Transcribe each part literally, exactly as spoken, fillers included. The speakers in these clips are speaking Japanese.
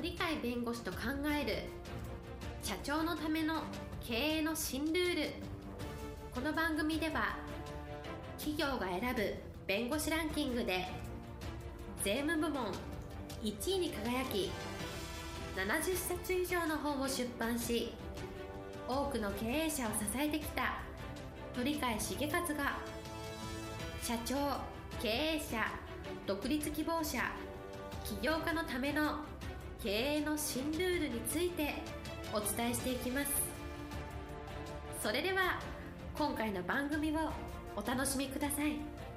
鳥飼弁護士と考える社長のための経営の新ルール。この番組では企業が選ぶ弁護士ランキングで税務部門いちいに輝き、ななじゅっさつ以上の本を出版し、多くの経営者を支えてきた鳥飼茂勝が、社長、経営者、独立希望者、起業家のための経営の新ルールについてお伝えしていきます。それでは今回の番組をお楽しみください。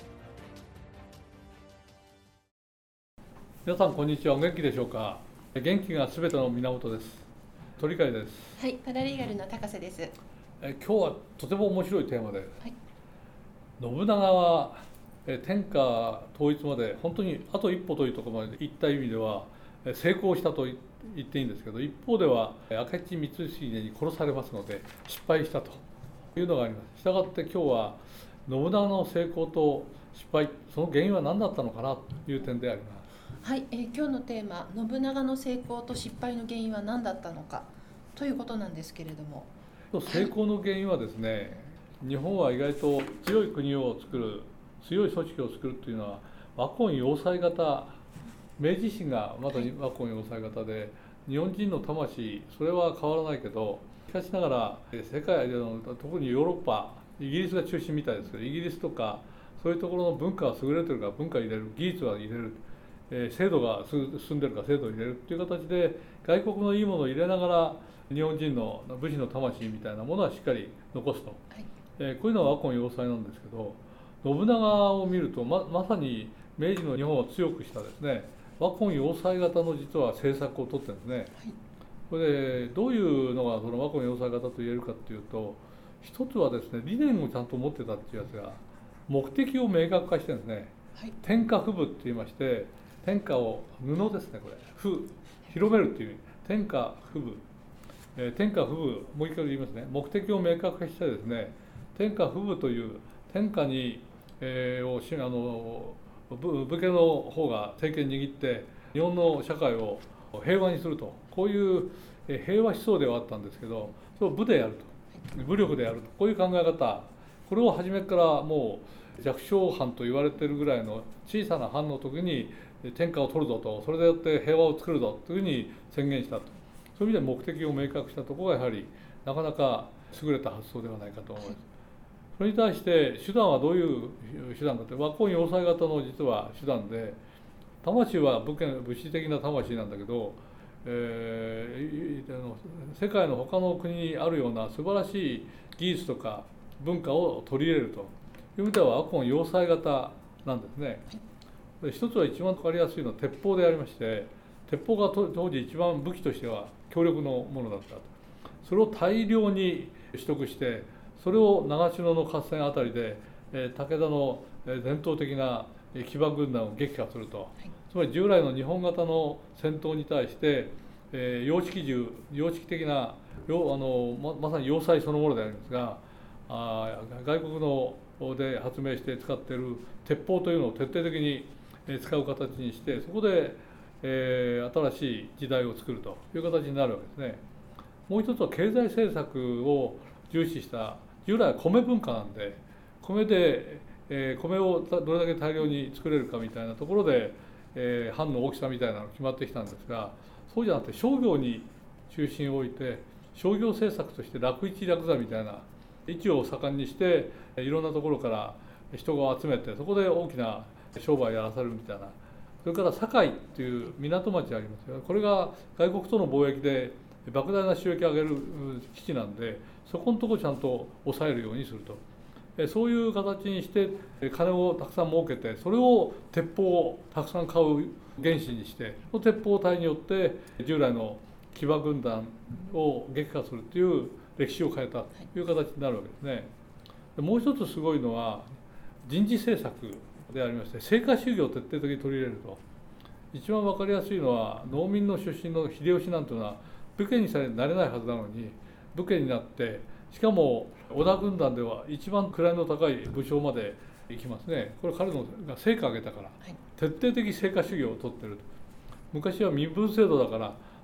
皆さんこんにちは。お元気でしょうか。元気がすべての源です。鳥飼です。 はい、パラリーガルの高瀬です。 え今日はとても面白いテーマで、はい、信長はえ天下統一まで本当にあと一歩というところまで行った意味では成功したと言っていいんですけど、一方では明智光秀に殺されますので失敗したというのがあります。したがって今日は信長の成功と失敗、その原因は何だったのかなという点であります。 はい、えー、今日のテーマ、信長の成功と失敗の原因は何だったのかということなんですけれども、 成功の原因はですね、日本は意外と強い国を作る、強い組織を作るというのは和魂要塞型、明治維新がまだ和魂要塞型で、日本人の魂、それは変わらないけど、しかしながら世界での特にヨーロッパ、イギリスが中心みたいですけど、イギリスとかそういうところの文化が優れてるから文化を入れる、技術は入れる、えー、制度が進んでるから制度を入れるという形で外国のいいものを入れながら日本人の武士の魂みたいなものはしっかり残すと、はいえー、こういうのが和魂要塞なんですけど、信長を見ると ま, まさに明治の日本を強くしたですね、和魂要塞型の実は政策を取ってるんですね、はい、これでどういうのがその和魂要塞型と言えるかというと、一つはですね、理念をちゃんと持ってたっていうやつが目的を明確化してるんですね、はい、天下布武って言いまして、天下を布ですね、これ布広めるっていう意味、天下布武、えー、天下布武、もう一回言いますね、目的を明確化してですね、天下布武という天下に、えー、をしあの武家の方が政権握って日本の社会を平和にすると、こういう平和思想ではあったんですけど、それを武でやると、武力でやると、こういう考え方、これを初めからもう弱小藩と言われているぐらいの小さな藩の時に天下を取るぞと、それでよって平和を作るぞというふうに宣言したと、そういう意味で目的を明確したところがやはりなかなか優れた発想ではないかと思います。それに対して手段はどういう手段かというと、和魂要塞型の実は手段で、魂は武家武士的な魂なんだけど、えー、世界の他の国にあるような素晴らしい技術とか文化を取り入れるという意味では和魂要塞型なんですね。で一つは一番分かりやすいのは鉄砲でありまして、鉄砲が当時一番武器としては強力のものだったと。それを大量に取得して、それを長篠の合戦あたりで、えー、武田の伝統的な騎馬軍団を撃破すると、はい、つまり従来の日本型の戦闘に対して、えー、洋式銃、洋式的なあの ま, まさに要塞そのものでありますが、あ外国ので発明して使っている鉄砲というのを徹底的に使う形にして、そこで、えー、新しい時代を作るという形になるわけですね。もう一つは経済政策を重視した、従来は米文化なんで、米で、えー、米をどれだけ大量に作れるかみたいなところで、えー、藩の大きさみたいなのが決まってきたんですが、そうじゃなくて商業に中心を置いて、商業政策として楽市楽座みたいな位置を盛んにして、いろんなところから人を集めて、そこで大きな商売をやらされるみたいな。それから堺っていう港町がありますよ。これが外国との貿易で莫大な収益を上げる基地なんで、そこのところをちゃんと抑えるようにすると。そういう形にして金をたくさん儲けて、それを鉄砲をたくさん買う原資にして、その鉄砲隊によって従来の騎馬軍団を撃破するという歴史を変えたという形になるわけですね。もう一つすごいのは人事政策でありまして、成果主義を徹底的に取り入れると。一番分かりやすいのは、農民の出身の秀吉なんていうのは武家にさえなれないはずなのに武家になって、しかも織田軍団では一番位の高い武将まで行きますね。これ彼のが成果を上げたから、はい、徹底的成果主義を取ってる。昔は身分制度だから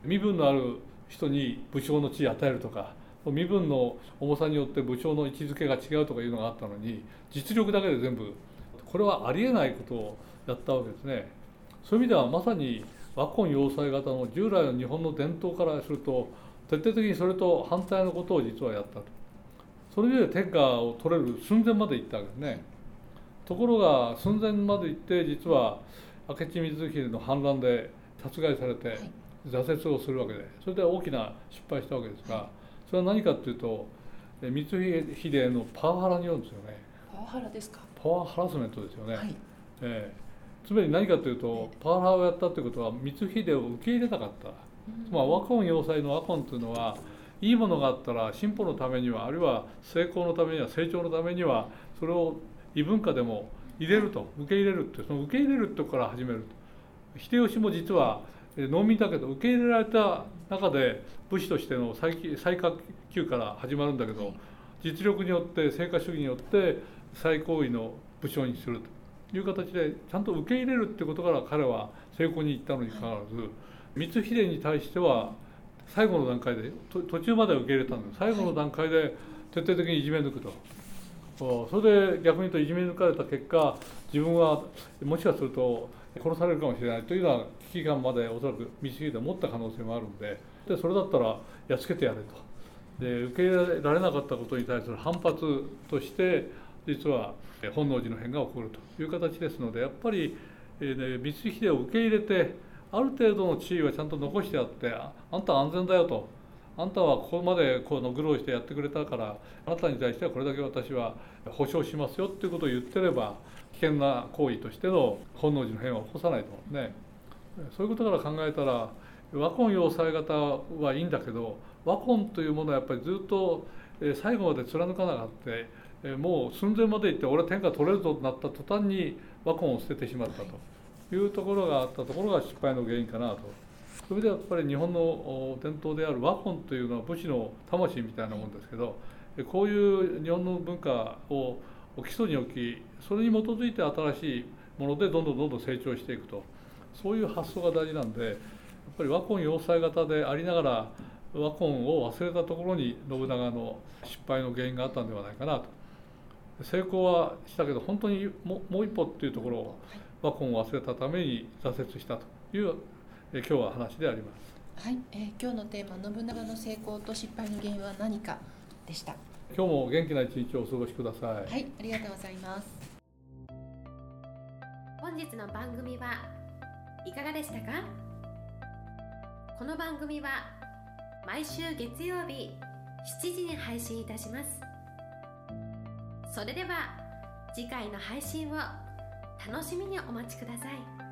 身分のある人に武将の地位を与えるとか、身分の重さによって武将の位置づけが違うとかいうのがあったのに、実力だけで全部、これはありえないことをやったわけですね。そういう意味ではまさに和魂要塞型の従来の日本の伝統からすると、徹底的にそれと反対のことを実はやったと。それで天下を取れる寸前まで行ったわけですね。ところが寸前まで行って、実は明智光秀の反乱で殺害されて挫折をするわけで、それで大きな失敗したわけですが、それは何かというと、光秀へのパワハラによるんですよね。 パワハラですか。 パワーハラスメントですよね。 はい、 えー、つまり何かというと、パワハラをやったということは光秀を受け入れなかった。つまり和魂要塞の和魂というのは、いいものがあったら進歩のためには、あるいは成功のためには、成長のためには、それを異文化でも入れると、受け入れるって、その受け入れるところから始めると。秀吉も実は農民だけど受け入れられた中で武士としての最最下級から始まるんだけど、実力によって成果主義によって最高位の武将にするという形でちゃんと受け入れるっていうことから彼は成功に行ったのにかかわらず、光秀に対しては最後の段階で途中までは受け入れたんです。最後の段階で徹底的にいじめ抜くと。それで逆に言うといじめ抜かれた結果、自分はもしかすると殺されるかもしれないというような危機感までおそらく光秀は持った可能性もあるんで、でそれだったらやっつけてやれと。で受け入れられなかったことに対する反発として実は本能寺の変が起こるという形ですので、やっぱり、えーね、光秀を受け入れてある程度の地位はちゃんと残してあって、あんた安全だよと、あんたはここまでこの苦労してやってくれたから、あなたに対してはこれだけ私は保証しますよっていうことを言ってれば、危険な行為としての本能寺の変は起こさないと思うんですね。そういうことから考えたら、和魂要塞型はいいんだけど、和魂というものはやっぱりずっと最後まで貫かなかった、もう寸前まで行って俺は天下取れるぞとなった途端に和魂を捨ててしまったというところがあったところが失敗の原因かなと。それでやっぱり日本の伝統である和魂というのは武士の魂みたいなもんですけど、こういう日本の文化を基礎に置き、それに基づいて新しいものでどんどんどんどん成長していくと、そういう発想が大事なんで、やっぱり和魂要塞型でありながら和魂を忘れたところに信長の失敗の原因があったんではないかなと。成功はしたけど本当にももう一歩っていうところを和魂を忘れたために挫折したというえ今日は話であります。 はい、えー、今日のテーマ、信長の成功と失敗の原因は何かでした。 今日も元気な一日をお過ごしください。 はい、ありがとうございます。 本日の番組はいかがでしたか？この番組は毎週月曜日しちじに配信いたします。それでは次回の配信を楽しみにお待ちください。